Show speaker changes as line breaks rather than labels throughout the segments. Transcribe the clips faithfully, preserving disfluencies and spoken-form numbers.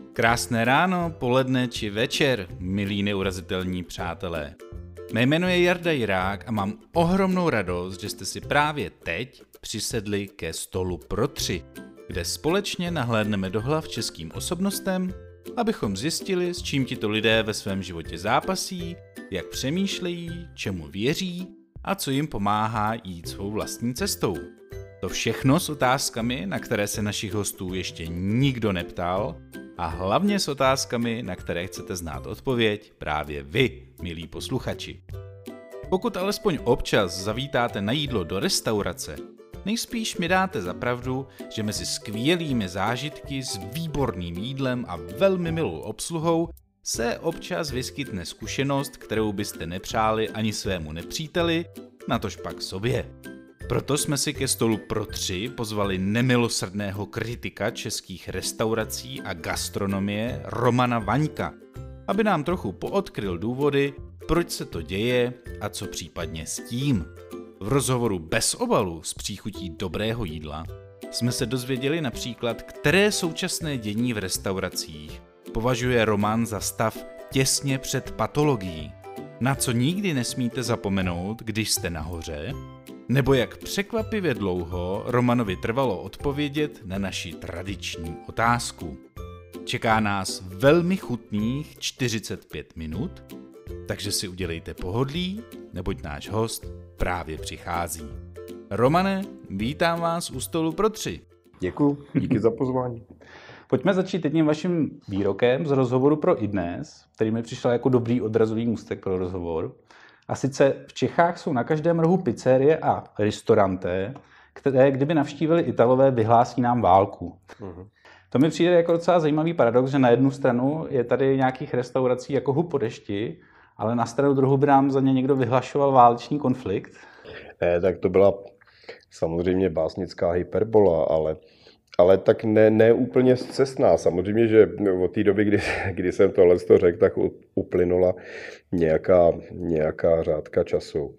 Krásné ráno, poledne či večer, milí neurazitelní přátelé. Mé jméno je Jarda Jirák a mám ohromnou radost, že jste si právě teď přisedli ke stolu pro tři, kde společně nahlédneme do hlav českým osobnostem, abychom zjistili, s čím tito lidé ve svém životě zápasí, jak přemýšlejí, čemu věří a co jim pomáhá jít svou vlastní cestou. To všechno s otázkami, na které se našich hostů ještě nikdo neptal, a hlavně s otázkami, na které chcete znát odpověď právě vy, milí posluchači. Pokud alespoň občas zavítáte na jídlo do restaurace, nejspíš mi dáte za pravdu, že mezi skvělými zážitky s výborným jídlem a velmi milou obsluhou se občas vyskytne zkušenost, kterou byste nepřáli ani svému nepříteli, natož pak sobě. Proto jsme si ke stolu pro tři pozvali nemilosrdného kritika českých restaurací a gastronomie Romana Vaňka, aby nám trochu poodkryl důvody, proč se to děje a co případně s tím. V rozhovoru bez obalu s příchutí dobrého jídla jsme se dozvěděli například, které současné dění v restauracích považuje Roman za stav těsně před patologií, na co nikdy nesmíte zapomenout, když jste nahoře, nebo jak překvapivě dlouho Romanovi trvalo odpovědět na naši tradiční otázku. Čeká nás velmi chutných čtyřicet pět minut, takže si udělejte pohodlí, neboť náš host právě přichází. Romane, vítám vás u stolu pro tři.
Děkuju, díky za pozvání.
Pojďme začít jedním vaším výrokem z rozhovoru pro iDnes, který mi přišel jako dobrý odrazový můstek pro rozhovor. A sice v Čechách jsou na každém rohu pizzerie a restauranté, které kdyby navštívili Italové, vyhlásí nám válku. Uh-huh. To mi přijde jako docela zajímavý paradox, že na jednu stranu je tady nějakých restaurací jako hub po dešti, ale na stranu druhou by nám za ně někdo vyhlašoval válečný konflikt.
Ne, tak to byla samozřejmě básnická hyperbola, ale, ale tak ne, ne úplně scestná. Samozřejmě, že od té doby, kdy, kdy jsem tohle řekl, tak uplynula nějaká, nějaká řádka času.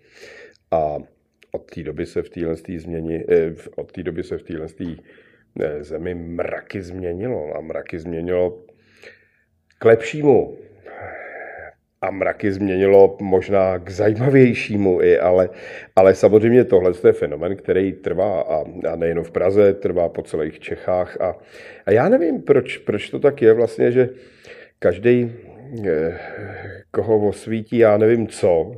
A od té doby se v téhle změni, od té doby se v téhle zemi mraky změnilo. A mraky změnilo k lepšímu. A mraky změnilo možná k zajímavějšímu, i, ale, ale samozřejmě tohle je fenomén, který trvá a, a nejen v Praze, trvá po celých Čechách. A, a já nevím, proč, proč to tak je vlastně, že každý, koho osvítí, já nevím co,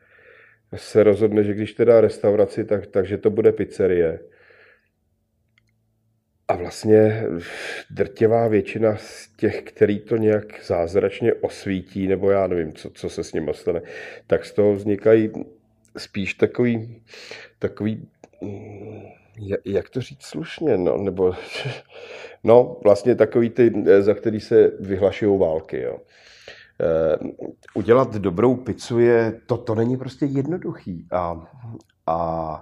se rozhodne, že když teda restauraci, tak, takže to bude pizzerie. A vlastně drtivá většina z těch, který to nějak zázračně osvítí, nebo já nevím, co, co se s nimi stane, tak z toho vznikají spíš takový, takový, jak to říct slušně, no, nebo, no, vlastně takový ty, za který se vyhlašují války, jo. Udělat dobrou pizzu je, to, to není prostě jednoduchý a, a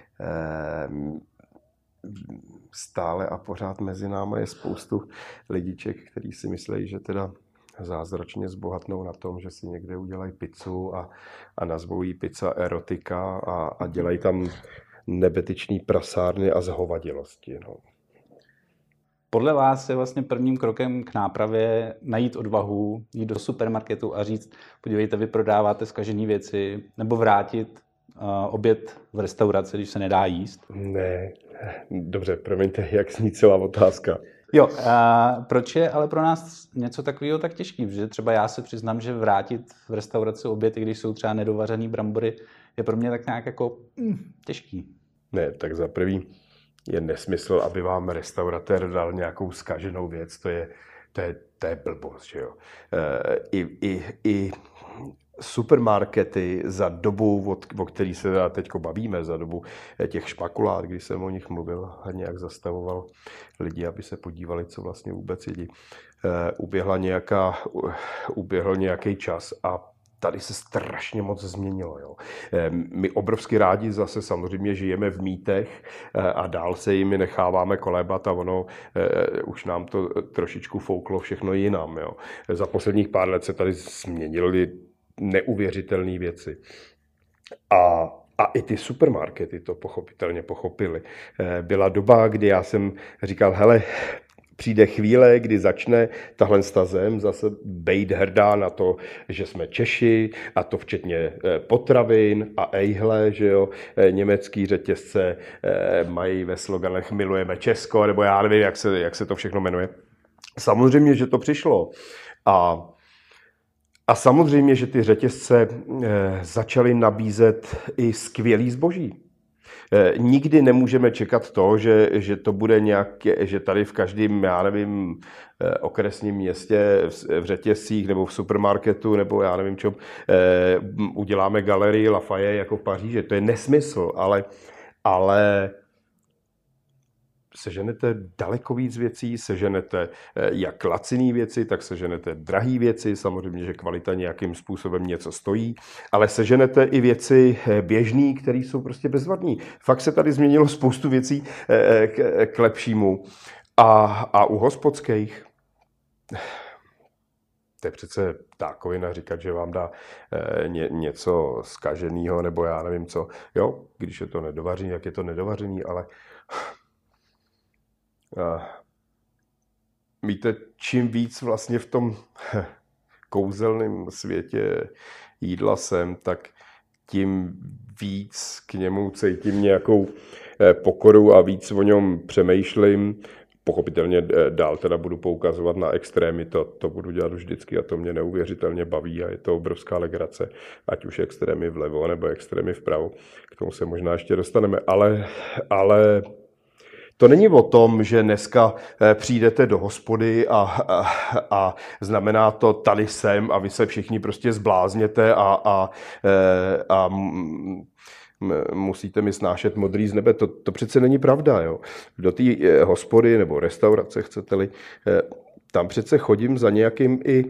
stále a pořád mezi námi je spoustu lidiček, kteří si myslí, že teda zázračně zbohatnou na tom, že si někde udělají pizzu a, a nazvou jí pizza erotika a, a dělají tam nebetyčný prasárny a zhovadilosti. No.
Podle vás je vlastně prvním krokem k nápravě najít odvahu, jít do supermarketu a říct, podívejte, vy prodáváte zkažené věci, nebo vrátit uh, oběd v restauraci, když se nedá jíst?
Ne, dobře, promiňte, jak zní celá otázka.
Jo, a proč je ale pro nás něco takového tak těžký? Protože třeba já se přiznám, že vrátit v restauraci oběd, i když jsou třeba nedovařený brambory, je pro mě tak nějak jako hm, těžký.
Ne, tak za prvý je nesmysl, aby vám restauratér dal nějakou zkaženou věc, to je, to je, to je blbost, že jo. E, i, i, i supermarkety za dobu, o, o který se teď bavíme, za dobu těch špakulát, kdy jsem o nich mluvil a nějak zastavoval lidi, aby se podívali, co vlastně vůbec jedí. E, uběhla nějaká, uběhl nějaký čas a tady se strašně moc změnilo. Jo. My obrovsky rádi zase samozřejmě žijeme v mýtech a dál se jimi necháváme kolébat a ono už nám to trošičku fouklo všechno jinam. Jo. Za posledních pár let se tady změnily neuvěřitelné věci. A A i ty supermarkety to pochopitelně pochopily. Byla doba, kdy já jsem říkal, hele, přijde chvíle, kdy začne tahle zem zase bejt hrdá na to, že jsme Češi, a to včetně potravin a ejhle, že jo, německý řetězce mají ve sloganech milujeme Česko, nebo já nevím, jak se, jak se to všechno jmenuje. Samozřejmě, že to přišlo. A, a samozřejmě, že ty řetězce začaly nabízet i skvělý zboží. Nikdy nemůžeme čekat to, že, že to bude nějaké, že tady v každém, já nevím, okresním městě, v řetězcích nebo v supermarketu, nebo já nevím čem, uděláme galerii Lafayette jako v Paříži. To je nesmysl, ale, ale seženete daleko víc věcí, seženete jak laciný věci, tak seženete drahý věci, samozřejmě, že kvalita nějakým způsobem něco stojí, ale seženete i věci běžný, které jsou prostě bezvadný. Fakt se tady změnilo spoustu věcí k, k lepšímu. A, a u hospodských, to je přece tákovina říkat, že vám dá ně, něco zkaženého, nebo já nevím co. Jo, když je to nedovařený, jak je to nedovařený, ale víte, čím víc vlastně v tom kouzelném světě jídla jsem, tak tím víc k němu cítím nějakou pokoru a víc o něm přemýšlím. Pochopitelně dál teda budu poukazovat na extrémy, to, to budu dělat vždycky a to mě neuvěřitelně baví a je to obrovská legrace, ať už extrémy vlevo nebo extrémy vpravo. K tomu se možná ještě dostaneme, ale... ale to není o tom, že dneska přijdete do hospody a, a, a znamená to tady jsem a vy se všichni prostě zblázněte a, a, a musíte mi snášet modrý z nebe. To, to přece není pravda. Jo. Do té hospody nebo restaurace, chcete-li, tam přece chodím za nějakým i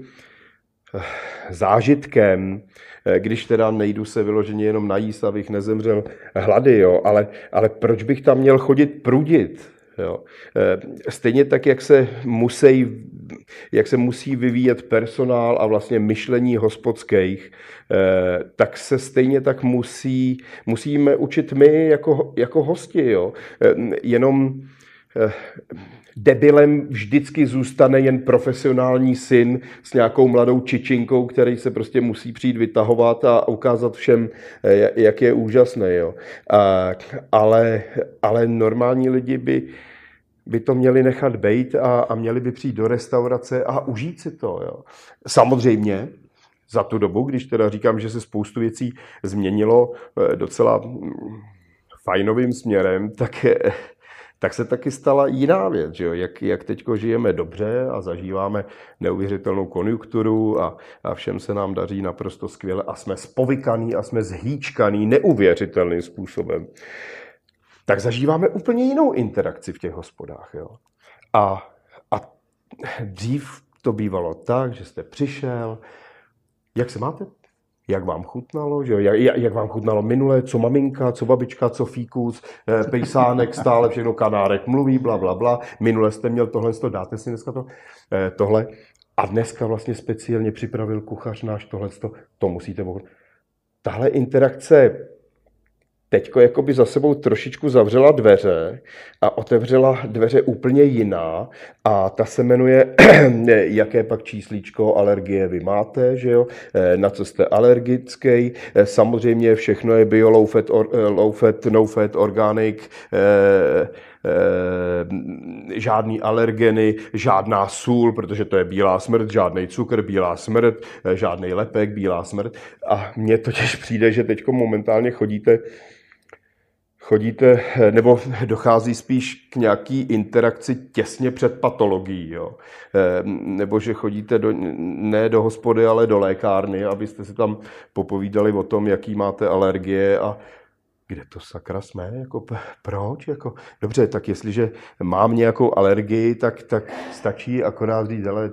zážitkem, když teda nejdu se vyloženě jenom najíst, abych nezemřel hlady, jo, ale, ale proč bych tam měl chodit prudit? Jo. Stejně tak, jak se, musí, jak se musí vyvíjet personál a vlastně myšlení hospodských, tak se stejně tak musí, musíme učit my jako, jako hosti. Jo. Jenom debilem vždycky zůstane jen profesionální syn s nějakou mladou čičinkou, který se prostě musí přijít vytahovat a ukázat všem, jak je úžasný. Jo. A, ale, ale normální lidi by, by to měli nechat bejt a, a měli by přijít do restaurace a užít si to. Jo. Samozřejmě za tu dobu, když teda říkám, že se spoustu věcí změnilo docela fajnovým směrem, tak tak se taky stala jiná věc, že jo? Jak, jak teďko žijeme dobře a zažíváme neuvěřitelnou konjunkturu a, a všem se nám daří naprosto skvěle a jsme spovykaný a jsme zhýčkaný neuvěřitelným způsobem, tak zažíváme úplně jinou interakci v těch hospodách. Jo? A, a dřív to bývalo tak, že jste přišel, jak se máte? Jak vám chutnalo, že? Jak, jak vám chutnalo minule, co maminka, co babička, co fíkus, pejsánek, stále všechno, kanárek mluví, bla, bla, bla. Minule jste měl tohle, dáte si dneska to, tohle. A dneska vlastně speciálně připravil kuchař náš tohle, to musíte pochopit. Tahle interakce teďko jakoby za sebou trošičku zavřela dveře a otevřela dveře úplně jiná a ta se jmenuje, jaké pak číslíčko alergie vy máte, že jo? Na co jste alergický. Samozřejmě všechno je bio, low fat, or, low fat no fat, organic, eh, eh, žádný alergeny, žádná sůl, protože to je bílá smrt, žádný cukr, bílá smrt, žádný lepek, bílá smrt. A mně totiž přijde, že teďko momentálně chodíte Chodíte, nebo dochází spíš k nějaký interakci těsně před patologií, jo? Nebo že chodíte do, ne do hospody, ale do lékárny, abyste si tam popovídali o tom, jaký máte alergie a kde to sakra jsme, jako proč? Jako, dobře, tak jestliže mám nějakou alergii, tak, tak stačí akorát říct, ale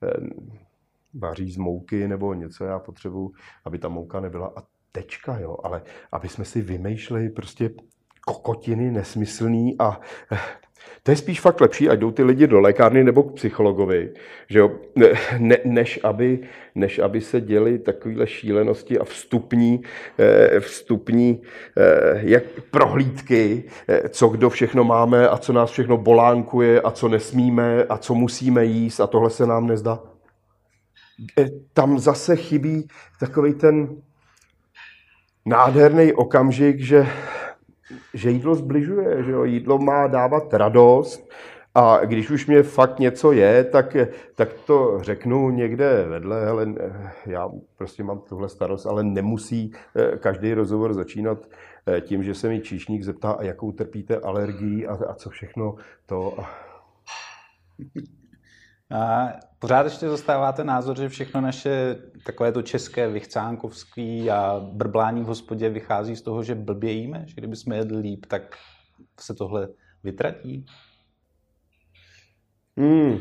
vaří z mouky nebo něco, já potřebuji, aby ta mouka nebyla a tečka, jo, ale aby jsme si vymýšleli prostě kokotiny nesmyslný a To je spíš fakt lepší, ať jdou ty lidi do lékárny nebo k psychologovi, že jo? Ne, než, aby, než aby se děly takovéhle šílenosti a vstupní, vstupní jak prohlídky, co kdo všechno máme a co nás všechno bolánkuje a co nesmíme a co musíme jíst a tohle se nám nezdá. Tam zase chybí takový ten nádherný okamžik, že že jídlo zbližuje, že jo? Jídlo má dávat radost a když už mě fakt něco je, tak, tak to řeknu někde vedle, hele, já prostě mám tuhle starost, ale nemusí každý rozhovor začínat tím, že se mi číšník zeptá, a jakou trpíte alergii a, a co všechno to.
A pořád ještě zastáváte názor, že všechno naše takové to české vychcánkovský a brblání v hospodě vychází z toho, že blbě jíme? Že kdybychom jedli líp, tak se tohle vytratí?
Hmm.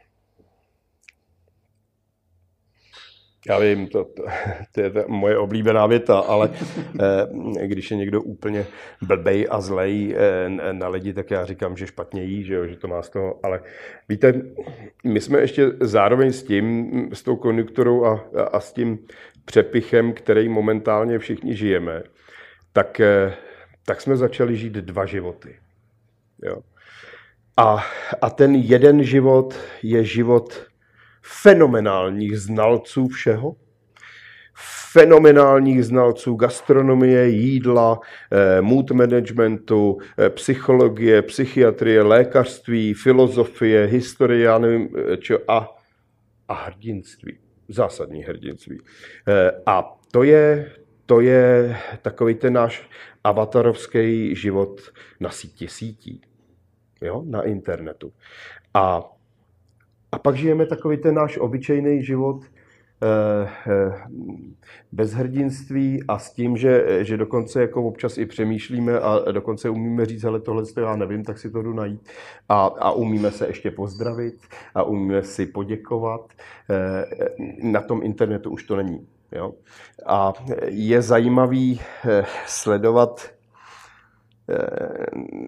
Já vím, to, to, to je ta moje oblíbená věta, ale eh, když je někdo úplně blbej a zlej eh, na lidi, tak já říkám, že špatně jí, že, jo, že to má z toho. Ale víte, my jsme ještě zároveň s tím, s tou konjunkturou a, a s tím přepichem, který momentálně všichni žijeme, tak, eh, tak jsme začali žít dva životy. Jo. A, a ten jeden život je život fenomenálních znalců všeho, fenomenálních znalců gastronomie, jídla, eh, mood managementu, eh, psychologie, psychiatrie, lékařství, filozofie, historie, já nevím, čo, a, a hrdinství, zásadní hrdinství. Eh, a to je, to je takový ten náš avatarovský život na síti sítí, jo, na internetu. A A pak žijeme takový ten náš obyčejný život eh, eh, bez hrdinství a s tím, že, že dokonce jako občas i přemýšlíme a dokonce umíme říct, hele, tohle já nevím, tak si to jdu najít. A, a umíme se ještě pozdravit a umíme si poděkovat. Eh, na tom internetu už to není. Jo? A je zajímavý eh, sledovat eh,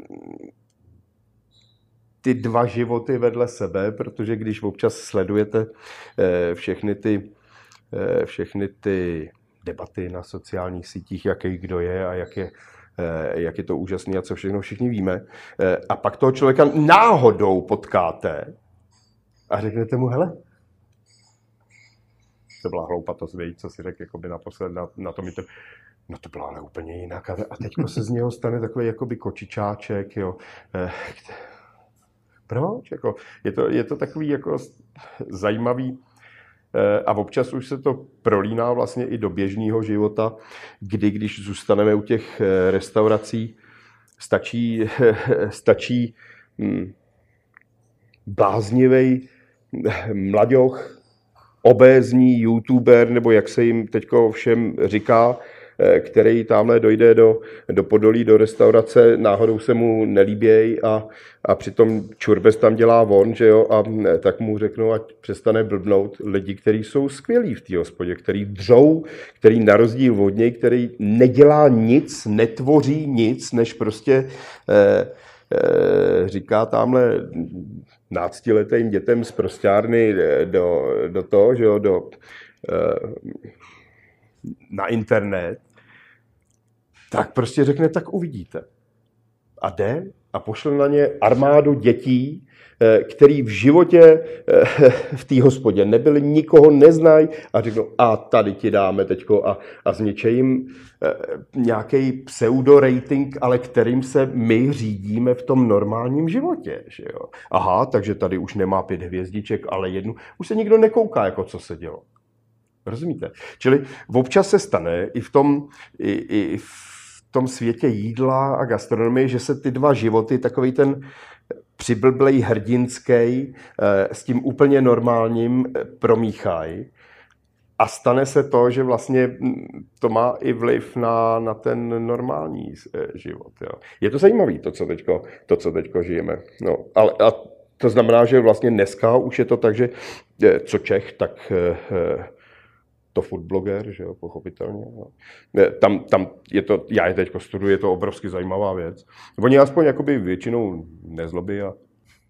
ty dva životy vedle sebe, protože když občas sledujete všechny ty, všechny ty debaty na sociálních sítích, jaký kdo je a jak je, jak je to úžasný a co všechno všichni víme, a pak toho člověka náhodou potkáte a řeknete mu, hele, to byla hloupatost, vědět, co si řekl jakoby naposled na, na tom internetu. No to bylo ale úplně jinak. A teďko se z něho stane takový jakoby kočičáček, jo. Proč? Jako, je, to, je to takový jako zajímavý a občas už se to prolíná vlastně i do běžného života, kdy když zůstaneme u těch restaurací, stačí, stačí hm, bláznivej mlaďoch, obézní youtuber, nebo jak se jim teďko všem říká, který tamhle dojde do, do Podolí, do restaurace, náhodou se mu nelíběj a, a přitom čurbes tam dělá on, že jo, a tak mu řeknou, ať přestane blbnout lidi, kteří jsou skvělí v té hospodě, který dřou, který na rozdíl od něj, který nedělá nic, netvoří nic, než prostě eh, eh, říká tamhle náctiletým dětem z prosťárny do, do toho, že jo, do, eh, na internet, tak prostě řekne, tak uvidíte. A jde a pošle na ně armádu dětí, který v životě v té hospodě nebyli, nikoho neznají a řeknou, a tady ti dáme teďko a, a zničej jim nějaký pseudo-rating, ale kterým se my řídíme v tom normálním životě. Že jo? Aha, takže tady už nemá pět hvězdiček, ale jednu. Už se nikdo nekouká, jako co se dělo. Rozumíte? Čili občas se stane i v tom, i, i v tom světě jídla a gastronomie, že se ty dva životy, takový ten přiblblej hrdinský s tím úplně normálním promíchají. A stane se to, že vlastně to má i vliv na, na ten normální život. Jo. Je to zajímavé, to, co teďko, to, co teďko žijeme. No, ale, a to znamená, že vlastně dneska už je to tak, že co Čech, tak to food blogger, že jo, pochopitelně. No. Tam, tam je to, já je teď studuji, je to obrovsky zajímavá věc. Oni aspoň jakoby většinou nezlobí a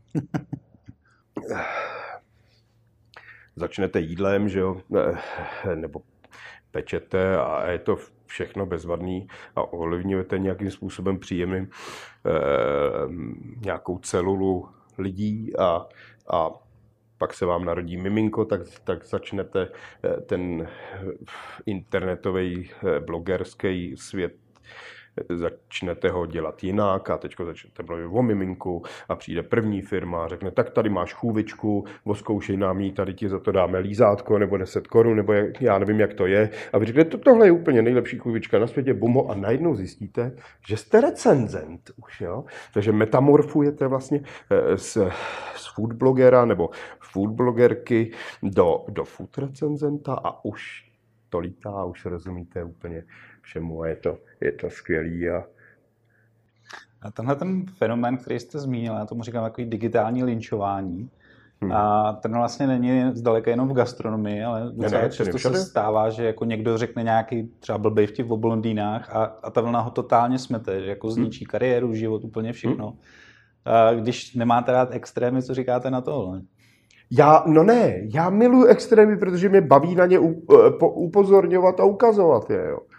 začnete jídlem, že jo, nebo pečete a je to všechno bezvadný a ovlivňujete nějakým způsobem příjemným eh, nějakou celulu lidí a, a pak se vám narodí miminko, tak, tak začnete ten internetový blogerský svět, začnete ho dělat jinak a teď začnete mluvit o miminku a přijde první firma a řekne, tak tady máš chůvičku, oskoušej nám jí, tady ti za to dáme lízátko nebo deset korun, nebo já nevím, jak to je. A vy řeknete, tohle je úplně nejlepší chůvička na světě, bumho, a najednou zjistíte, že jste recenzent už, jo? Takže metamorfujete vlastně z, z food blogera nebo food blogerky do, do food recenzenta a už to lítá, už rozumíte úplně všemu a je to, je to skvělý. A...
a tenhle ten fenomén, který jste zmínil, já tomu říkám takový digitální linčování, hmm. a ten vlastně není zdaleka jenom v gastronomii, ale docela ne, často se stává, že jako někdo řekne nějaký třeba blbej vtip o blondýnách a, a ta vlna ho totálně smete, že jako zničí hmm. kariéru, život, úplně všechno. Hmm. A když nemáte rád extrémy, co říkáte na tohle?
Já, no ne, já miluji extrémy, protože mě baví na ně upozorňovat a ukazovat je, jo.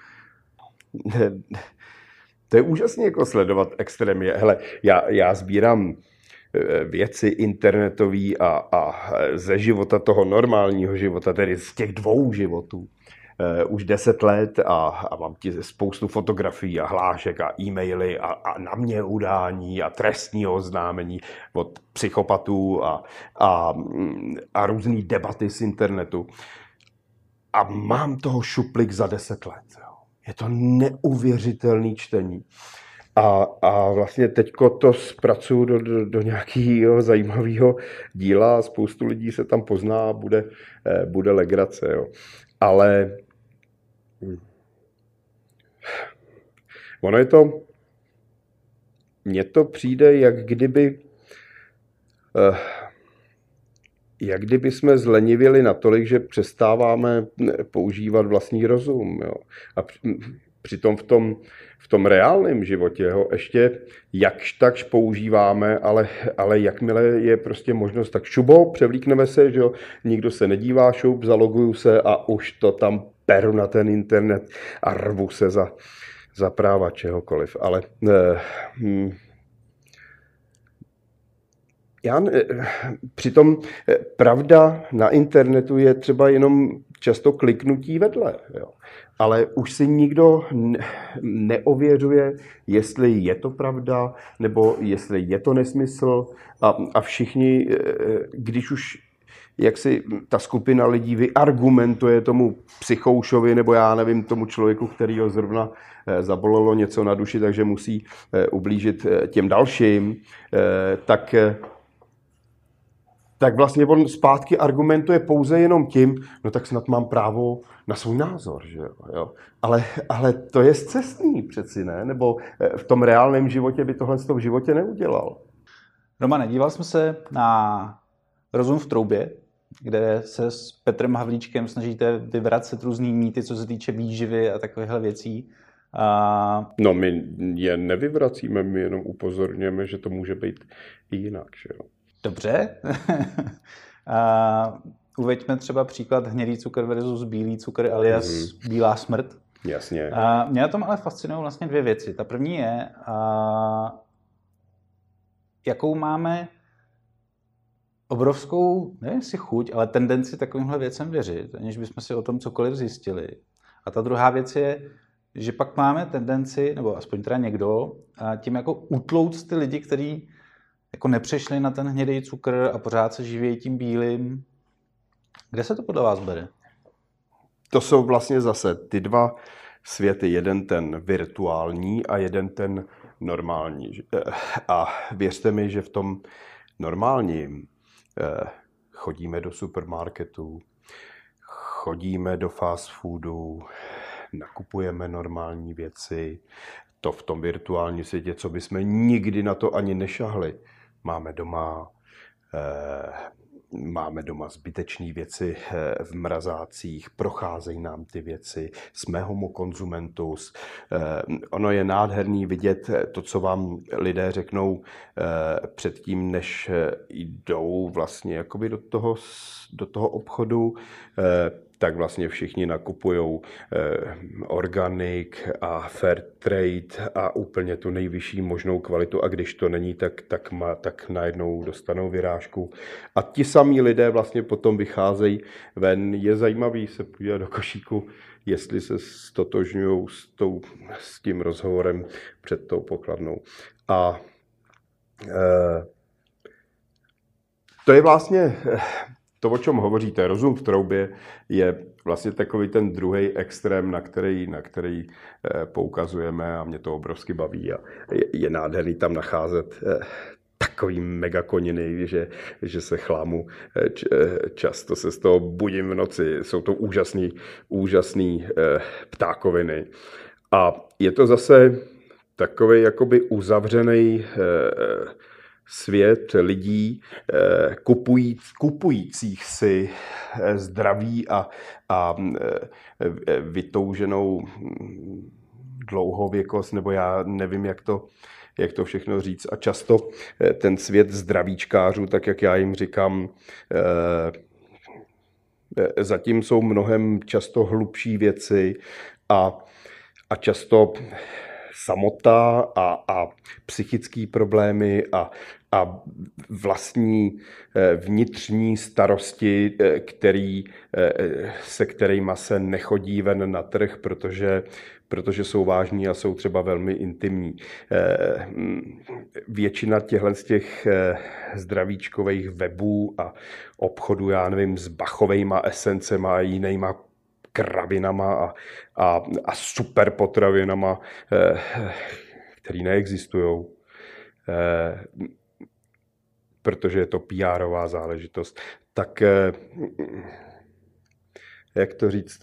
To je úžasně jako sledovat extrémy. Hele, já, já sbírám věci internetové a, a ze života toho normálního života, tedy z těch dvou životů, už deset let a, a mám ti spoustu fotografií a hlášek a e-maily a, a na mě udání a trestního oznámení od psychopatů a, a, a různý debaty z internetu. A mám toho šuplik za deset let. Jo. Je to neuvěřitelné čtení. A, a vlastně teďko to zpracuju do, do, do nějakého zajímavého díla a spoustu lidí se tam pozná a bude, bude legrace. Jo. Ale ono je to, mně to přijde, jak kdyby, jak kdyby jsme zlenivili natolik, že přestáváme používat vlastní rozum. Jo. A přitom v tom, v tom reálném životě ho ještě jakž takž používáme, ale, ale jakmile je prostě možnost, tak šubo, převlíkneme se, že jo, nikdo se nedívá, šup, zaloguju se a už to tam peru na ten internet a rvu se za, za práva čehokoliv. Ale eh, hm, já, eh, přitom eh, pravda na internetu je třeba jenom často kliknutí vedle, jo. Ale už si nikdo neověřuje, jestli je to pravda, nebo jestli je to nesmysl. A, a všichni, když už jak si ta skupina lidí vyargumentuje tomu psychoušovi, nebo já nevím, tomu člověku, který ho zrovna zabolelo něco na duši, takže musí ublížit těm dalším, tak... tak vlastně on zpátky argumentuje pouze jenom tím, no tak snad mám právo na svůj názor, že jo. Ale, ale to je scestný přeci, ne? Nebo v tom reálném životě by tohle v životě neudělal.
Romane, díval jsme se na Rozum v troubě, kde se s Petrem Havlíčkem snažíte vyvracet různý mýty, co se týče výživy a takovýchhle věcí. A...
No my je nevyvracíme, my jenom upozorňujeme, že to může být i jinak, že jo.
Dobře. A uveďme třeba příklad hnědý cukr versus bílý cukr alias mm-hmm. bílá smrt.
Jasně.
A mě na tom ale fascinují vlastně dvě věci. Ta první je, a jakou máme obrovskou, nevím jestli chuť, ale tendenci takovýmhle věcem věřit, aniž bychom si o tom cokoliv zjistili. A ta druhá věc je, že pak máme tendenci, nebo aspoň teda někdo, tím jako utlouct ty lidi, kteří jako nepřešli na ten hnědý cukr a pořád se živějí tím bílým. Kde se to podle vás bere?
To jsou vlastně zase ty dva světy. Jeden ten virtuální a jeden ten normální. A věřte mi, že v tom normálním chodíme do supermarketu, chodíme do fast foodu, nakupujeme normální věci. To v tom virtuálním světě, co bychom nikdy na to ani nešahli. Máme doma, eh, máme doma zbytečné věci v mrazácích, procházejí nám ty věci, jsme homokonzumentus. Ono je nádherný vidět to, co vám lidé řeknou předtím, než jdou vlastně jakoby do toho, do toho obchodu, tak vlastně všichni nakupujou organic a fair trade a úplně tu nejvyšší možnou kvalitu, a když to není, tak, tak, má, tak najednou dostanou vyrážku. A ti samí lidé vlastně potom vycházejí ven. Je zajímavý se podívat do košíku, jestli se stotožňují s, tou, s tím rozhovorem před tou pokladnou. A e, to je vlastně... To, o čem hovoříte, rozum v troubě, je vlastně takový ten druhý extrém, na který, na který poukazujeme, a mě to obrovsky baví a je, je nádherný tam nacházet takový megakoniny, že, že se chlámu často se z toho budím v noci. Jsou to úžasný, úžasný ptákoviny. A je to zase takový jakoby uzavřený svět lidí kupují, kupujících si zdraví a, a vytouženou dlouhověkost, nebo já nevím, jak to, jak to všechno říct. A často ten svět zdravíčkářů, tak jak já jim říkám, zatím jsou mnohem často hlubší věci a, a často samota a, a psychické problémy a, a vlastní vnitřní starosti, který, se kterýma se nechodí ven na trh, protože, protože jsou vážní a jsou třeba velmi intimní. Většina těchto z těch zdravíčkových webů a obchodů, já nevím, s bachovejma esencema a jinýma kravinama a, a, a super potravinama, které neexistují, protože je to pé érová záležitost. Tak jak to říct?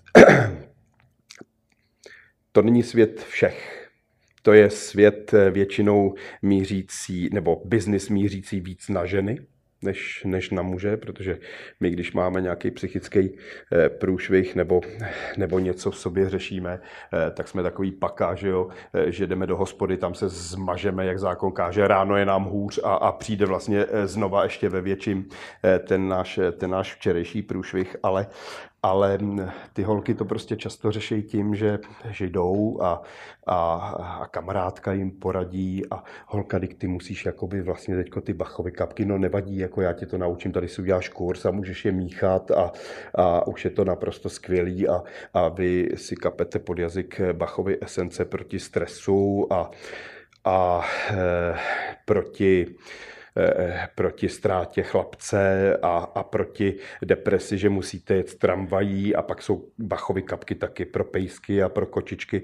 To není svět všech. To je svět většinou mířící, nebo biznis mířící víc na ženy, než, než na muže, protože my, když máme nějaký psychický průšvih nebo, nebo něco v sobě řešíme, tak jsme takový paka, že, jo, že jdeme do hospody, tam se zmažeme, jak zákon káže, ráno je nám hůř a, a přijde vlastně znova ještě ve větším ten náš, ten náš včerejší průšvih, ale Ale ty holky to prostě často řeší tím, že, že jdou a, a, a kamarádka jim poradí a holka, ty musíš jakoby vlastně teďko ty bachové kapky, no nevadí, jako já tě to naučím, tady si uděláš kurz a můžeš je míchat a, a už je to naprosto skvělý a, a vy si kapete pod jazyk bachové esence proti stresu a, a e, proti... proti ztrátě chlapce a, a proti depresi, že musíte jet tramvají a pak jsou bachovy kapky taky pro pejsky a pro kočičky.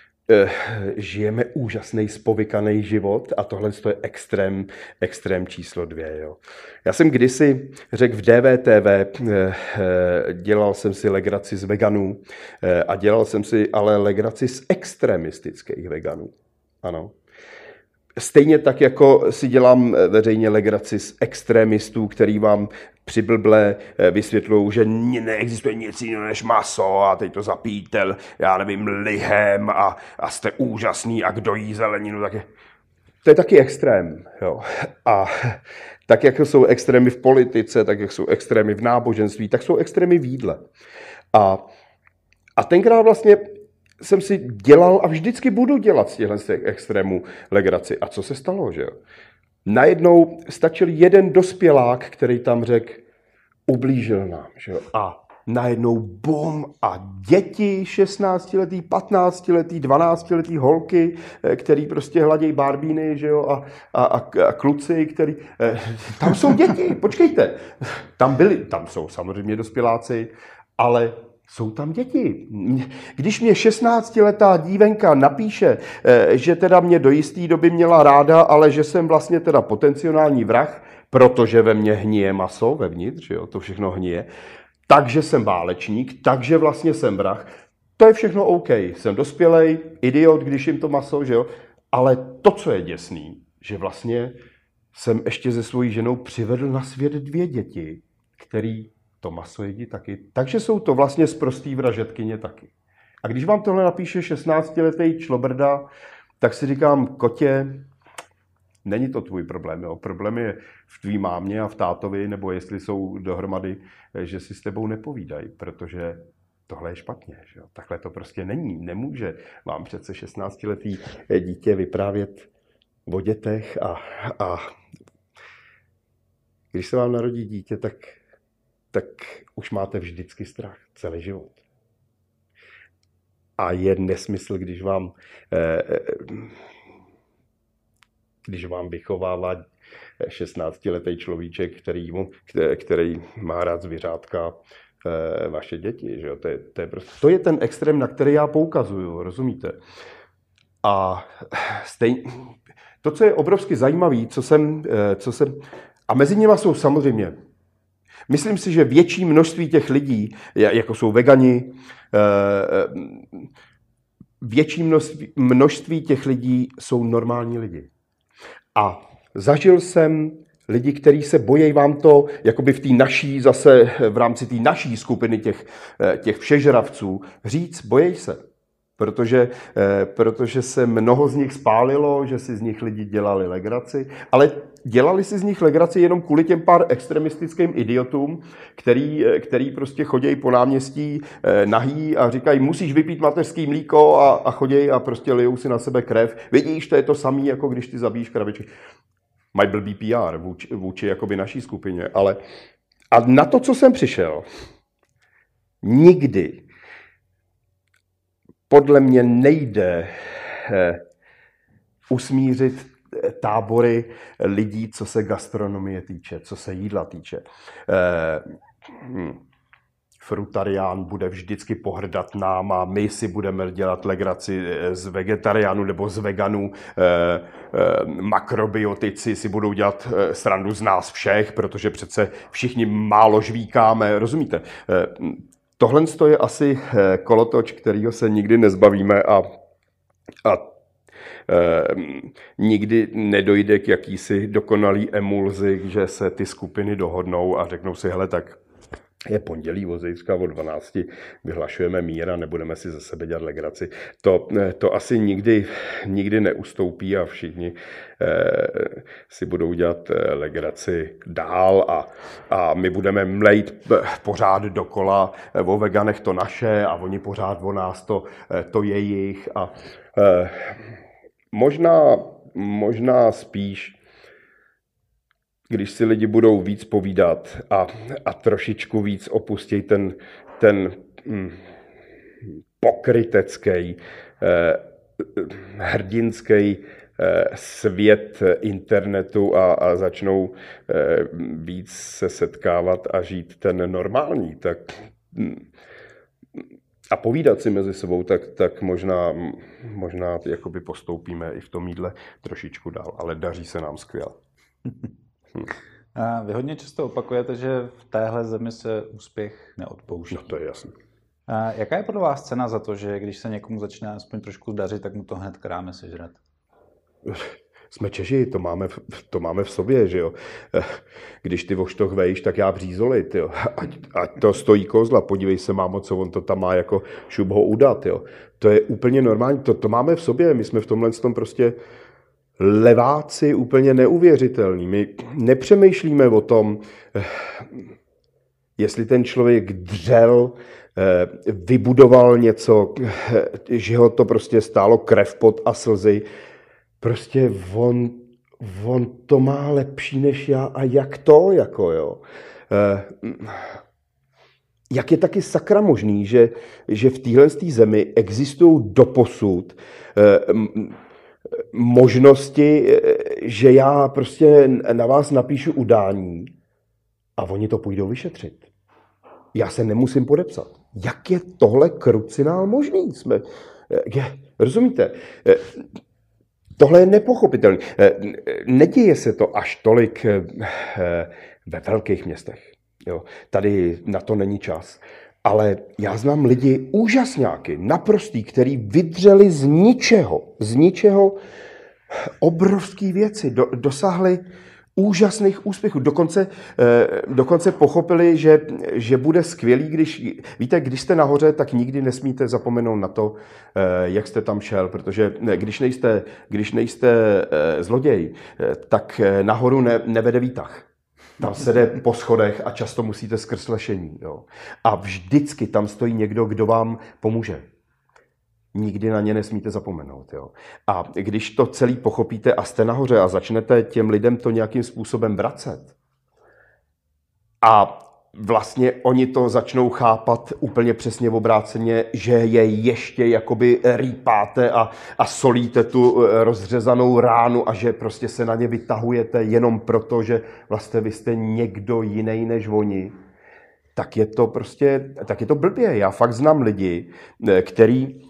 Žijeme úžasný spovykaný život a tohle je extrém, extrém číslo dvě. Jo. Já jsem kdysi řekl v D V T V, dělal jsem si legraci z veganů a dělal jsem si ale legraci z extremistických veganů. Ano. Stejně tak, jako si dělám veřejně legraci z extremistů, který vám přiblblé vysvětlují, že neexistuje nic jiného než maso a teď to zapíjíte, já nevím, lihem a, a jste úžasný a kdo jí zeleninu, tak je... To je taky extrém. Jo. A tak, jak jsou extrémy v politice, tak, jak jsou extrémy v náboženství, tak jsou extrémy v jídle. A, a tenkrát vlastně jsem si dělal a vždycky budu dělat z těchto extrémů legraci. A co se stalo, že jo? Najednou stačil jeden dospělák, který tam řekl, ublížil nám, že jo? A najednou bum a děti šestnáctiletý, patnáctiletý, dvanáctiletý holky, který prostě hladějí barbíny, že jo? A, a, a kluci, který... Tam jsou děti, počkejte. Tam byli, tam jsou samozřejmě dospěláci, ale... Jsou tam děti. Když mě šestnáctiletá dívenka napíše, že teda mě do jisté doby měla ráda, ale že jsem vlastně teda potenciální vrah, protože ve mně hnije maso vevnitř, jo, to všechno hnije, takže jsem válečník, takže vlastně jsem vrah, to je všechno OK. Jsem dospělej, idiot, když jim to maso, že jo, ale to, co je děsný, že vlastně jsem ještě se svojí ženou přivedl na svět dvě děti který to maso jedí taky. Takže jsou to vlastně sprostý vražetkyně taky. A když vám tohle napíše šestnáctiletý člobrda, tak si říkám, kotě, není to tvůj problém. Jo? Problém je v tvý mámě a v tátovi, nebo jestli jsou dohromady, že si s tebou nepovídají, protože tohle je špatně. Že jo? Takhle to prostě není. Nemůže vám přece šestnáctiletý dítě vyprávět o dětech a, a když se vám narodí dítě, tak, tak už máte vždycky strach celý život. A je nesmysl, když vám, když vám vychovává šestnáctiletý človíček, který, který má rád zvířátka, vaše děti. Že jo? To, je, to, je prostě, to je ten extrém, na který já poukazuju, rozumíte? A stejně, to, co je obrovsky zajímavé, co jsem, co jsem, a mezi nimi jsou samozřejmě, myslím si, že větší množství těch lidí, jako jsou vegani, větší množství, množství těch lidí jsou normální lidi. A zažil jsem lidi, kteří se bojí vám to, jakoby v té naší, zase v rámci té naší skupiny těch, těch všežravců, říct, bojí se. Protože, protože se mnoho z nich spálilo, že si z nich lidi dělali legraci, ale dělali si z nich legraci jenom kvůli těm pár extremistickým idiotům, který, který prostě chodějí po náměstí nahý a říkají, musíš vypít mateřský mlíko a, a chodějí a prostě lijou si na sebe krev. Vidíš, to je to samé, jako když ty zabíjíš kravičky. Mají blbý P R vůči, vůči jakoby naší skupině, ale a na to, co jsem přišel, nikdy podle mě nejde eh, usmířit tábory lidí, co se gastronomie týče, co se jídla týče. Eh, hm, frutarián bude vždycky pohrdat nám a my si budeme dělat legraci z vegetariánů nebo z veganů. Eh, eh, makrobiotici si budou dělat eh, srandu z nás všech, protože přece všichni málo žvíkáme, rozumíte? Eh, Tohle je asi kolotoč, kterýho se nikdy nezbavíme a, a e, nikdy nedojde k jakýsi dokonalý emulzi, že se ty skupiny dohodnou a řeknou si, hele, tak je pondělí od zítřka o dvanácti, vyhlašujeme mír a nebudeme si ze sebe dělat legraci. To, to asi nikdy, nikdy neustoupí a všichni eh, si budou dělat legraci dál a, a my budeme mlejt pořád dokola o veganech to naše a oni pořád o nás to, to jejich. A, eh, možná, možná spíš když si lidi budou víc povídat a, a trošičku víc opustí ten, ten hm, pokrytecký, eh, hrdinský eh, svět internetu a, a začnou eh, víc se setkávat a žít ten normální, tak hm, a povídat si mezi sebou, tak, tak možná, možná jakoby postoupíme i v tom jídle trošičku dál, ale daří se nám skvěle.
Hmm. A vy hodně často opakujete, že v téhle zemi se úspěch neodpouští.
No to je jasné.
A jaká je podle vás cena za to, že když se někomu začne aspoň trošku dařit, tak mu to hned kráme sežrat?
Jsme Češi, to máme, to máme v sobě, že jo. Když ty voštoch vejíš, tak já břízolit, jo. Ať, ať to stojí kozla, podívej se, mámo, co on to tam má jako šup ho udat, jo. To je úplně normální, to, to máme v sobě, my jsme v tomhle tom prostě leváci úplně neuvěřitelní. My nepřemýšlíme o tom, jestli ten člověk dřel, vybudoval něco, že ho to prostě stálo krev, pot a slzy. Prostě on, on to má lepší než já a jak to, jako jo. Jak je taky sakra možný, že, že v téhle zemi existují doposud možnosti, že já prostě na vás napíšu udání a oni to půjdou vyšetřit. Já se nemusím podepsat. Jak je tohle krucinál možný? Jsme, je, rozumíte? Tohle je nepochopitelné. Neděje se to až tolik ve velkých městech. Jo. Tady na to není čas. Ale já znám lidi úžasňáky, naprostý, který vydřeli z ničeho, z ničeho obrovský věci, do, dosáhli úžasných úspěchů. Dokonce, dokonce pochopili, že, že bude skvělý, když, víte, když jste nahoře, tak nikdy nesmíte zapomenout na to, jak jste tam šel, protože když nejste, když nejste zloděj, tak nahoru ne, nevede výtah. Tam se jde po schodech a často musíte skrz lešení. Jo. A vždycky tam stojí někdo, kdo vám pomůže. Nikdy na ně nesmíte zapomenout. Jo. A když to celý pochopíte a jste nahoře a začnete těm lidem to nějakým způsobem vracet a vlastně oni to začnou chápat úplně přesně obráceně, že je ještě jakoby rýpáte a, a solíte tu rozřezanou ránu a že prostě se na ně vytahujete jenom proto, že vlastně vy jste někdo jiný než oni, tak je to prostě, tak je to blbě. Já fakt znám lidi, který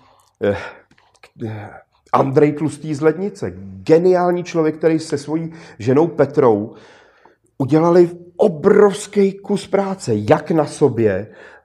Andrej Tlustý z Lednice, geniální člověk, který se svojí ženou Petrou udělali obrovský kus práce, jak na sobě,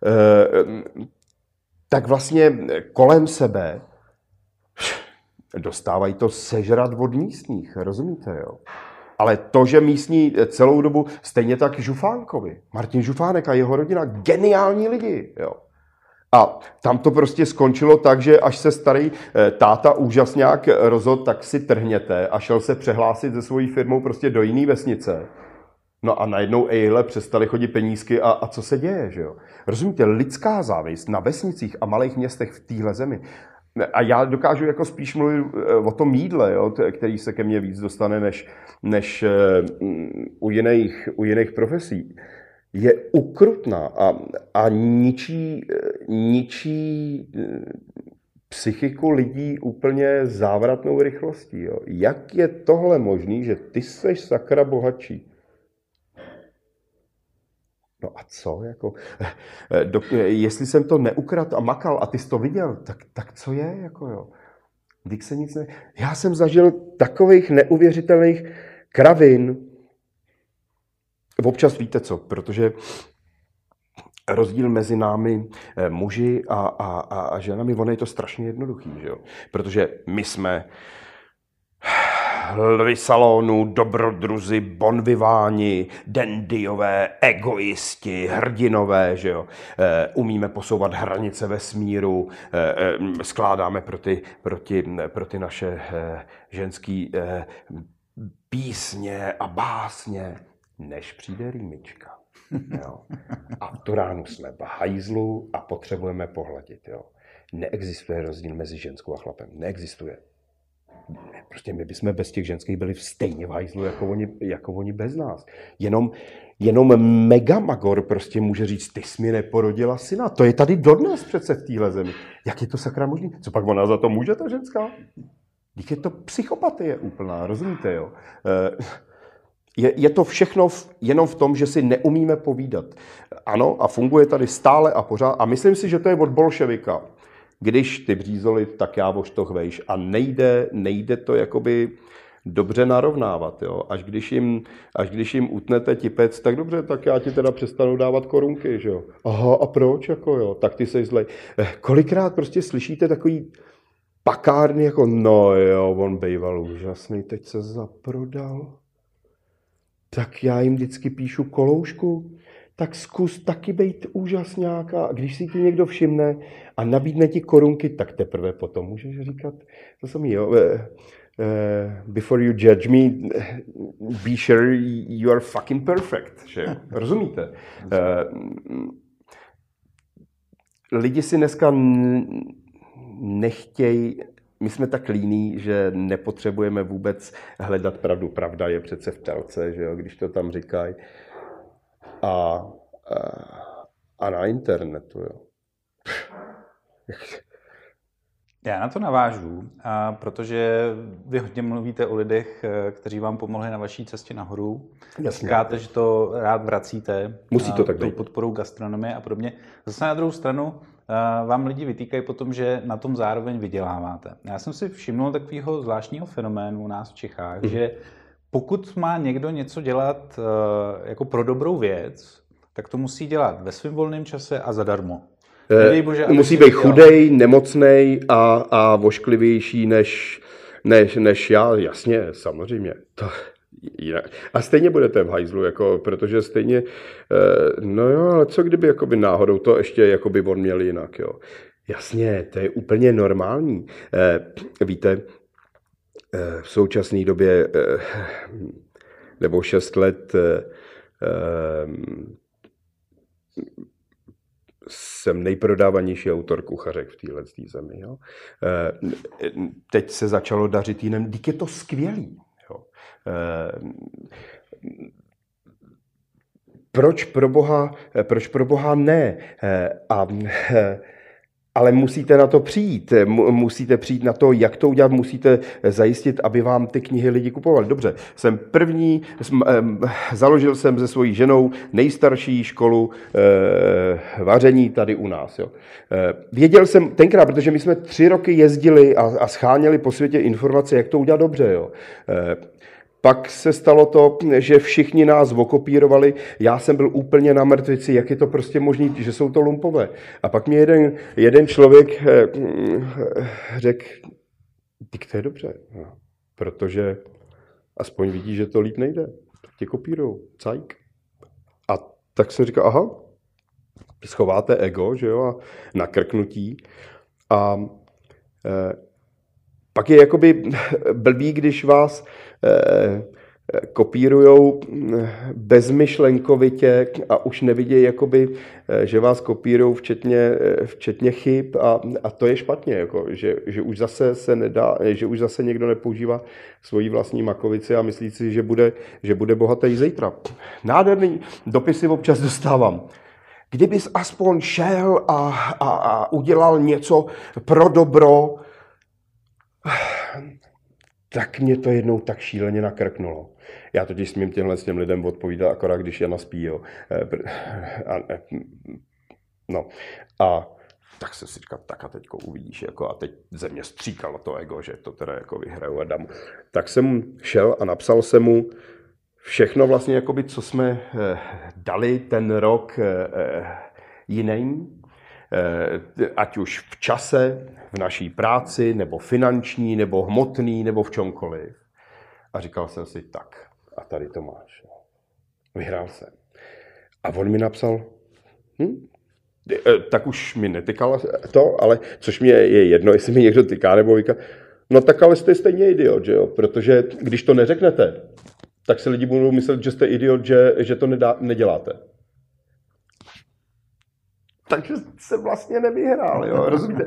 tak vlastně kolem sebe. Dostávají to sežrat od místních, rozumíte, jo? Ale to, že místní celou dobu, stejně tak Žufánkovi, Martin Žufánek a jeho rodina, geniální lidi, jo? A tam to prostě skončilo tak, že až se starý táta úžasňák rozhodl, tak si trhněte a šel se přehlásit se svojí firmou prostě do jiné vesnice. No a najednou ejhle přestali chodit penízky a, a co se děje, že jo? Rozumíte, lidská závist na vesnicích a malých městech v téhle zemi. A já dokážu jako spíš mluvit o tom jídle, jo, který se ke mně víc dostane než, než u, jiných, u jiných profesí. Je ukrutná a, a ničí, ničí psychiku lidí úplně závratnou rychlostí. Jo. Jak je tohle možný, že ty seš sakra bohatší? No a co? Jako, do, jestli jsem to neukradl a makal a ty jsi to viděl, tak, tak co je? Jako, jo? Když se nic ne... Já jsem zažil takových neuvěřitelných kravin. Občas víte co, protože rozdíl mezi námi muži a, a, a, a ženami, ono je to strašně jednoduchý, že jo? Protože my jsme lvy salonu, dobrodruzi, bonviváni, dandyové, egoisti, hrdinové, že jo. E, umíme posouvat hranice vesmíru, e, e, skládáme pro ty, pro ty, pro ty naše e, ženský e, písně a básně, než přijde rýmička. Jo. A v tu ránu jsme v hajzlu a potřebujeme pohladit. Jo. Neexistuje rozdíl mezi ženskou a chlapem. Neexistuje. Prostě my bychom bez těch ženských byli stejně v hajzlu, jako oni, jako oni bez nás. Jenom, jenom Megamagor prostě může říct, ty jsi mi neporodila syna. To je tady dodnes přece v téhle zemi. Jak je to sakra možný? Co pak ona za to může, ta ženská? Když je to psychopatie úplná, rozumíte, jo? Je, je to všechno v, jenom v tom, že si neumíme povídat. Ano, a funguje tady stále a pořád. A myslím si, že to je od bolševika. Když ty břízoli, tak já voštoch vejš. A nejde, nejde to jakoby dobře narovnávat. Jo? Až, když jim, až když jim utnete tipec, tak dobře, tak já ti teda přestanu dávat korunky. Že jo? Aha, a proč? Jako, jo? Tak ty seš zlej. Kolikrát prostě slyšíte takový pakárny, jako no jo, on bejval úžasný, teď se zaprodal. Tak já jim vždycky píšu koloušku. Tak zkus taky být úžasňák a když si ti někdo všimne a nabídne ti korunky, tak teprve potom můžeš říkat, to jsem jo, uh, uh, before you judge me, be sure you are fucking perfect, že? Rozumíte? Uh, lidi si dneska nechtějí, my jsme tak líní, že nepotřebujeme vůbec hledat pravdu. Pravda je přece v telce, že jo, když to tam říkají. A, a, a na internetu, jo.
Já na to navážu, a protože vy hodně mluvíte o lidech, kteří vám pomohli na vaší cestě nahoru.
Jasně.
Říkáte, že to rád vracíte.
Musí to tak být.
Podporou gastronomie a podobně. Zase na druhou stranu vám lidi vytýkají potom, že na tom zároveň vyděláváte. Já jsem si všimnul takového zvláštního fenoménu u nás v Čechách, mm. že pokud má někdo něco dělat uh, jako pro dobrou věc, tak to musí dělat ve svém volném čase a zadarmo.
Eh, Bože, musí být chudej, nemocnej a, a vošklivější než, než, než já. Jasně, samozřejmě. To, jinak. A stejně budete v hajzlu, jako, protože stejně, no jo, ale co kdyby jakoby náhodou to ještě jakoby on měl jinak, jo. Jasně, to je úplně normální. Víte, v současné době, nebo šest let, jsem nejprodávanější autor kuchařek v téhle zemi. Jo. Teď se začalo dařit jiném, dík je to skvělý. Jo. Proč pro Boha, proč pro Boha ne? A, ale musíte na to přijít. Musíte přijít na to, jak to udělat. Musíte zajistit, aby vám ty knihy lidi kupovali. Dobře, jsem první, založil jsem se svojí ženou nejstarší školu vaření tady u nás. Jo. Věděl jsem tenkrát, protože my jsme tři roky jezdili a, a scháněli po světě informace, jak to udělat dobře. Jo. Pak se stalo to, že všichni nás okopírovali, já jsem byl úplně na mrtvici, jak je to prostě možné, že jsou to lumpové. A pak mi jeden, jeden člověk řekl, tak to je dobře, no, protože aspoň vidí, že to líp nejde, tak tě kopírujou, cajk. A tak jsem říkal, aha, schováte ego, že jo, a nakrknutí. A e, pak je jakoby blbý, když vás eh, kopírujou bezmyšlenkovitě a už nevidějí, jakoby, eh, že vás kopírujou včetně, eh, včetně chyb a, a to je špatně, jako, že, že, už zase se nedá, že už zase někdo nepoužívá svoji vlastní makovici a myslí si, že bude, že bude bohatý zítra. Nádherný dopisy občas dostávám. Kdybys aspoň šel a, a, a udělal něco pro dobro, tak mě to jednou tak šíleně nakrknulo. Já totiž smím těmhle s těm lidem odpovídat akorát, když je naspí. Jo. No a tak jsem si říkal, tak a teďko uvidíš. Jako, a teď ze mě stříkalo to ego, že to teda jako vyhraju a dám. Tak jsem šel a napsal jsem mu všechno vlastně, jakoby, co jsme dali ten rok jiným. Ať už v čase, v naší práci, nebo finanční, nebo hmotný, nebo v čomkoliv. A říkal jsem si, tak, a tady to máš. Vyhrál jsem. A on mi napsal, hm? Tak už mi netykalo to, ale což mě je jedno, jestli mi někdo tyká nebo vyká. No tak ale jste stejně idiot, že jo? Protože když to neřeknete, tak si lidi budou myslet, že jste idiot, že, že to nedá, neděláte. Takže se vlastně nevyhrál, jo, rozumíte?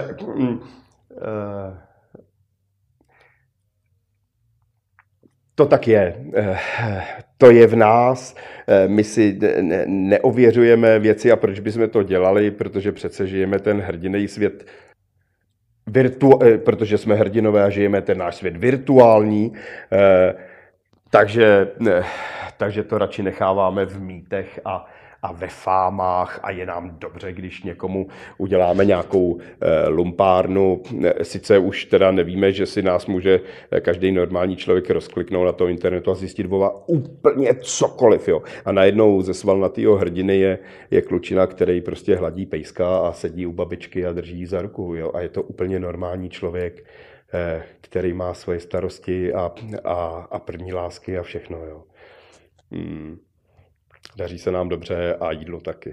To tak je. To je v nás. My si neověřujeme věci a proč bychom to dělali, protože přece žijeme ten hrdinej svět, virtu- protože jsme hrdinové a žijeme ten náš svět virtuální, takže, takže to radši necháváme v mýtech a a ve fámách a je nám dobře, když někomu uděláme nějakou e, lumpárnu. Sice už teda nevíme, že si nás může každý normální člověk rozkliknout na tom internetu a zjistit vova úplně cokoliv. Jo. A najednou ze svalnatýho hrdiny je, je klučina, který prostě hladí pejska a sedí u babičky a drží ji za ruku. Jo. A je to úplně normální člověk, e, který má svoje starosti a, a, a první lásky a všechno. Jo. Hmm. Daří se nám dobře a jídlo taky.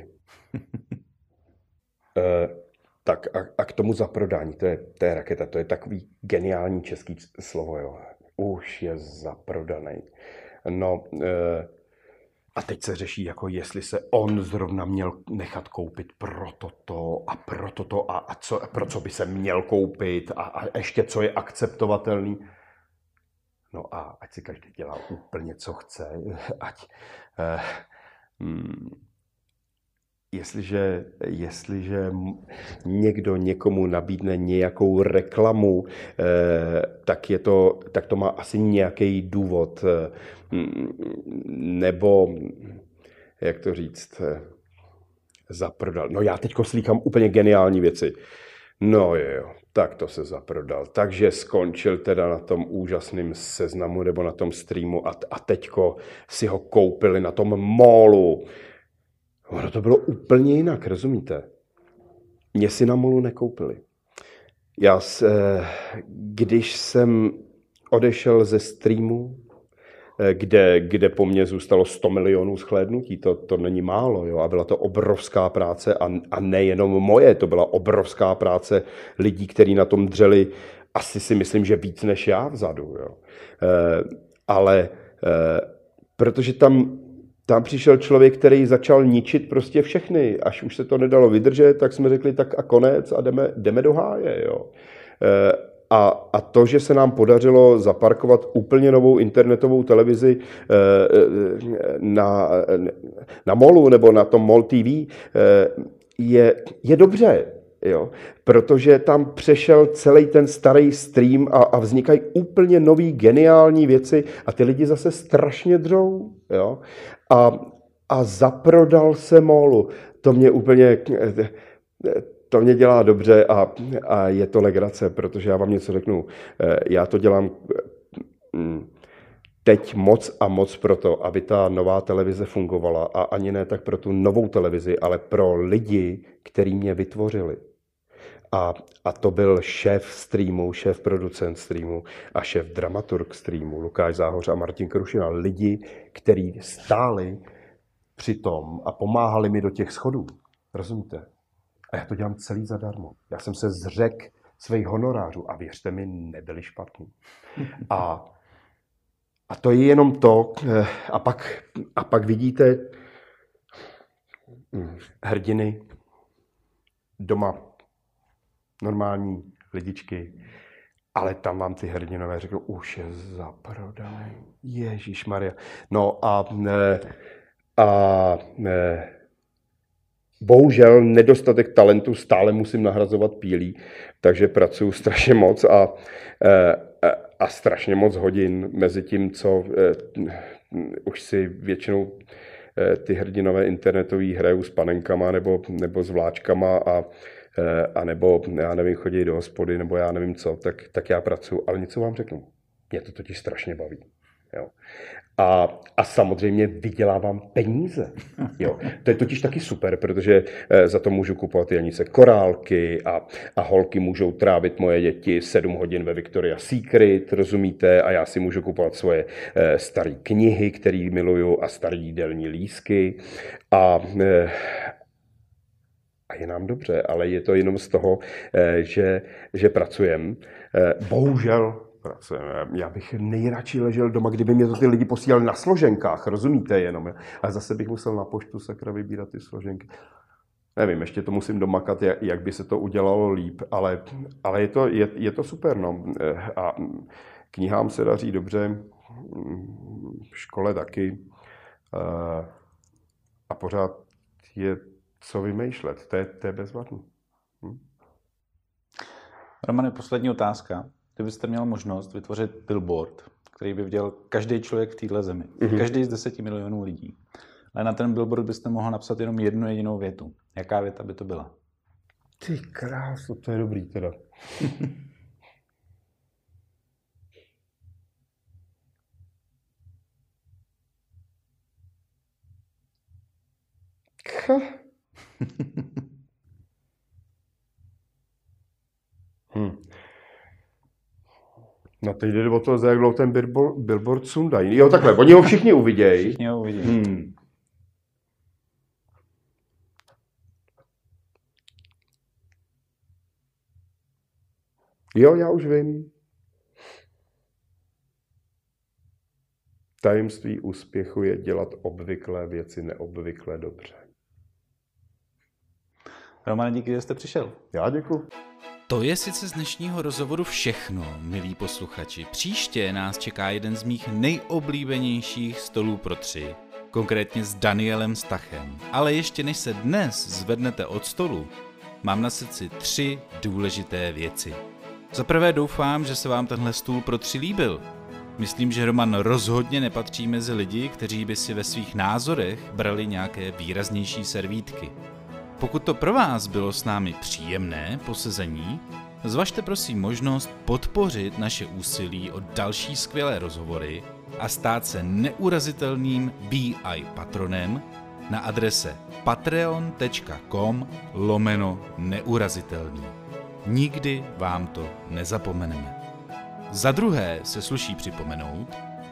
e, tak a, a k tomu zaprodání, to je, to je raketa, to je takový geniální český slovo, jo. Už je zaprodaný. No, e, a teď se řeší, jako jestli se on zrovna měl nechat koupit pro toto a pro toto a, a co, pro co by se měl koupit a, a ještě co je akceptovatelný. No a ať si každý dělá úplně, co chce, ať... E, Hmm. Jestliže, jestliže někdo někomu nabídne nějakou reklamu, eh, tak, je to, tak to má asi nějaký důvod. Eh, nebo, jak to říct, eh, zaprodal. No já teďko slýchám úplně geniální věci. No jo, tak to se zaprodal. Takže skončil teda na tom úžasném seznamu nebo na tom streamu a, a teďko si ho koupili na tom molu. Ono to bylo úplně jinak, rozumíte? Mě si na molu nekoupili. Já se, když jsem odešel ze streamu, kde, kde po mně zůstalo sto milionů shlédnutí. To, to není málo, jo? A byla to obrovská práce a, a nejenom moje, to byla obrovská práce lidí, kteří na tom dřeli, asi si myslím, že víc než já vzadu. Jo? E, ale e, protože tam, tam přišel člověk, který začal ničit prostě všechny. Až už se to nedalo vydržet, tak jsme řekli tak a konec a jdeme, jdeme do háje. Jo? E, A, a to, že se nám podařilo zaparkovat úplně novou internetovou televizi na, na Molu nebo na tom Mol T V, je, je dobře, jo? Protože tam přešel celý ten starý stream a, a vznikají úplně nový geniální věci a ty lidi zase strašně dřou. Jo? A, a zaprodal se Molu. To mě úplně... To mě dělá dobře a, a je to legrace, protože já vám něco řeknu. Já to dělám teď moc a moc proto, aby ta nová televize fungovala a ani ne tak pro tu novou televizi, ale pro lidi, kteří mě vytvořili. A, a to byl šéf streamu, šéf producent streamu a šéf dramaturg streamu, Lukáš Záhoř a Martin Krušina. Lidi, kteří stáli při tom a pomáhali mi do těch schodů. Rozumíte? A já to dělám celý zadarmo. Já jsem se zřekl svých honorářů a věřte mi, nebyli špatní. A, a to je jenom to. A pak, a pak vidíte hrdiny doma, normální lidičky, ale tam vám ty hrdinové řeknou, už je zaprodaný. Ježišmarja. No a, a ne, bohužel nedostatek talentu stále musím nahrazovat pílí, takže pracuji strašně moc a, a strašně moc hodin mezi tím, co už si většinou ty hrdinové internetový hrajou s panenkama nebo, nebo s vláčkama a, a nebo, já nevím, chodí do hospody nebo já nevím co, tak, tak já pracuji, ale něco vám řeknu. Mě to totiž strašně baví. Jo. A, a samozřejmě vydělávám peníze. Jo. To je totiž taky super, protože za to můžu kupovat Janice korálky a, a holky můžou trávit moje děti sedm hodin ve Victoria's Secret, rozumíte? A já si můžu kupovat svoje eh, staré knihy, které miluju, a staré jídelní lístky. A, eh, a je nám dobře, ale je to jenom z toho, eh, že, že pracujeme. Eh, bohužel já bych nejradši ležel doma, kdyby mě to ty lidi posílali na složenkách, rozumíte jenom. A zase bych musel na poštu sakra vybírat ty složenky. Nevím, ještě to musím domakat, jak by se to udělalo líp, ale, ale je, to, je, je to super. No. A knihám se daří dobře, v škole taky. A pořád je co vymýšlet, to je, to je bezvadný. Hm?
Romane, poslední otázka. Kdybyste měl možnost vytvořit billboard, který by viděl každý člověk v této zemi, mm-hmm. každý z deseti milionů lidí, ale na ten billboard byste mohl napsat jenom jednu jedinou větu. Jaká věta by to byla?
Ty krásu, to je dobrý teda. hm. No teď jde o to, za jak dlouho ten billboard, billboard sundají. Jo, takhle, oni ho všichni uvidějí.
Všichni ho uvidí.
Hmm. Jo, já už vím. Tajemství úspěchu je dělat obvyklé věci neobvykle dobře.
Romane, díky, že jste přišel.
Já děkuji.
To je sice z dnešního rozhovoru všechno, milí posluchači. Příště nás čeká jeden z mých nejoblíbenějších stolů pro tři, konkrétně s Danielem Stachem. Ale ještě než se dnes zvednete od stolu, mám na srdci tři důležité věci. Za prvé doufám, že se vám tenhle stůl pro tři líbil. Myslím, že Roman rozhodně nepatří mezi lidi, kteří by si ve svých názorech brali nějaké výraznější servítky. Pokud to pro vás bylo s námi příjemné posezení, zvažte prosím možnost podpořit naše úsilí o další skvělé rozhovory a stát se neurazitelným B I patronem na adrese patreon.com lomeno neurazitelný. Nikdy vám to nezapomeneme. Za druhé se sluší připomenout,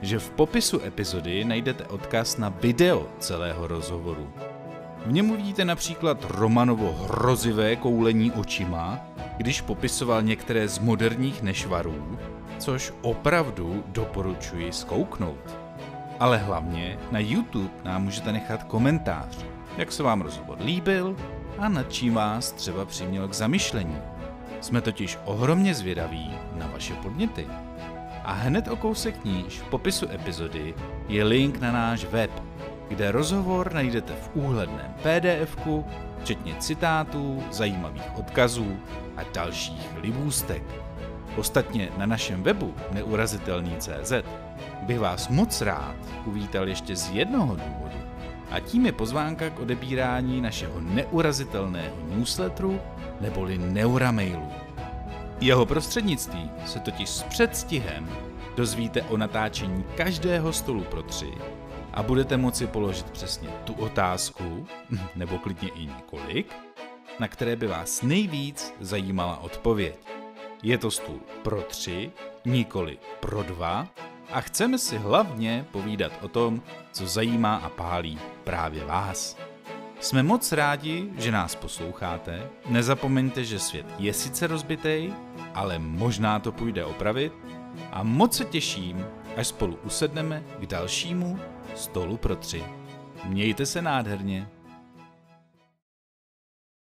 že v popisu epizody najdete odkaz na video celého rozhovoru. V něm uvidíte například Romanovo hrozivé koulení očima, když popisoval některé z moderních nešvarů, což opravdu doporučuji zkouknout. Ale hlavně na YouTube nám můžete nechat komentář, jak se vám rozhovor líbil a nad čím vás třeba přiměl k zamyšlení. Jsme totiž ohromně zvědaví na vaše podněty. A hned o kousek níž v popisu epizody je link na náš web, kde rozhovor najdete v úhledném P D F ku, včetně citátů, zajímavých odkazů a dalších libůstek. Ostatně na našem webu neurazitelný tečka cé zet bych vás moc rád uvítal ještě z jednoho důvodu, a tím je pozvánka k odebírání našeho neurazitelného newsletteru neboli Neuramailu. Jeho prostřednictví se totiž s předstihem dozvíte o natáčení každého stolu pro tři a budete moci položit přesně tu otázku, nebo klidně i několik, na které by vás nejvíc zajímala odpověď. Je to stůl pro tři, nikoli pro dva, a chceme si hlavně povídat o tom, co zajímá a pálí právě vás. Jsme moc rádi, že nás posloucháte. Nezapomeňte, že svět je sice rozbitej, ale možná to půjde opravit. A moc se těším, až spolu usedneme k dalšímu stolu pro tři. Mějte se nádherně.